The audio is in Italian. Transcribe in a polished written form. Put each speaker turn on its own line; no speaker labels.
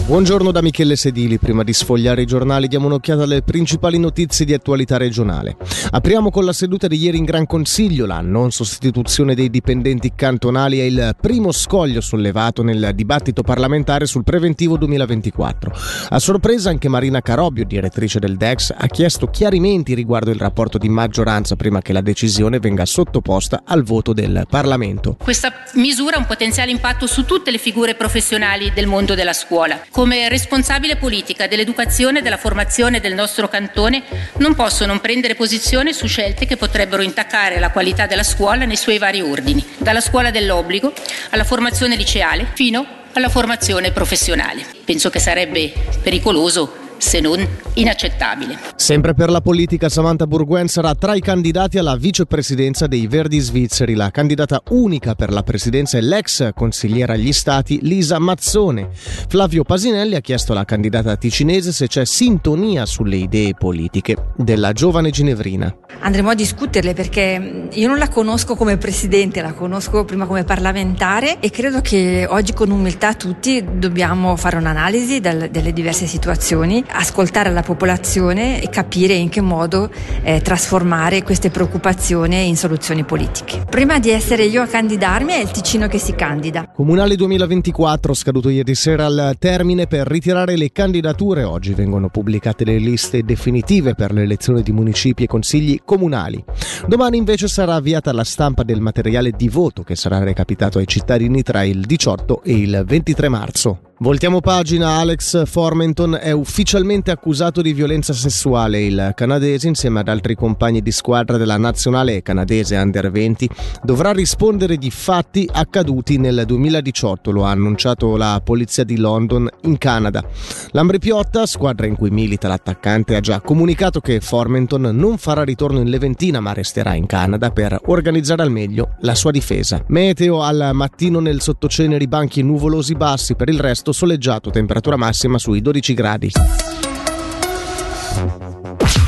Buongiorno da Michele Sedili. Prima di sfogliare i giornali diamo un'occhiata alle principali notizie di attualità regionale. Apriamo con la seduta di ieri in Gran Consiglio. La non sostituzione dei dipendenti cantonali è il primo scoglio sollevato nel dibattito parlamentare sul preventivo 2024. A sorpresa anche Marina Carobbio, direttrice del DEX, ha chiesto chiarimenti riguardo il rapporto di maggioranza prima che la decisione venga sottoposta al voto del Parlamento.
Questa misura ha un potenziale impatto su tutte le figure professionali del mondo della scuola. Come responsabile politica dell'educazione e della formazione del nostro cantone non posso non prendere posizione su scelte che potrebbero intaccare la qualità della scuola nei suoi vari ordini, dalla scuola dell'obbligo alla formazione liceale fino alla formazione professionale. Penso che sarebbe pericoloso, se non inaccettabile.
Sempre per la politica, Samantha Burguen sarà tra i candidati alla vicepresidenza dei Verdi svizzeri. La candidata unica per la presidenza è l'ex consigliera agli stati Lisa Mazzone. Flavio Pasinelli ha chiesto alla candidata ticinese se c'è sintonia sulle idee politiche della giovane ginevrina.
Andremo a discuterle perché io non la conosco come presidente, la conosco prima come parlamentare e credo che oggi con umiltà tutti dobbiamo fare un'analisi delle diverse situazioni, ascoltare la popolazione e capire in che modo trasformare queste preoccupazioni in soluzioni politiche. Prima di essere io a candidarmi è il Ticino che si candida.
Comunale 2024, scaduto ieri sera al termine per ritirare le candidature. Oggi vengono pubblicate le liste definitive per le elezioni di municipi e consigli comunali. Domani invece sarà avviata la stampa del materiale di voto che sarà recapitato ai cittadini tra il 18 e il 23 marzo. Voltiamo pagina. Alex Formenton è ufficialmente accusato di violenza sessuale. Il canadese, insieme ad altri compagni di squadra della nazionale canadese Under 20, dovrà rispondere di fatti accaduti nel 2018, lo ha annunciato la polizia di London in Canada. l'Ambri Piotta, squadra in cui milita l'attaccante, ha già comunicato che Formenton non farà ritorno in Leventina ma resterà in Canada per organizzare al meglio la sua difesa. Meteo: al mattino nel sottoceneri banchi nuvolosi bassi, per il resto soleggiato, temperatura massima sui 12 gradi.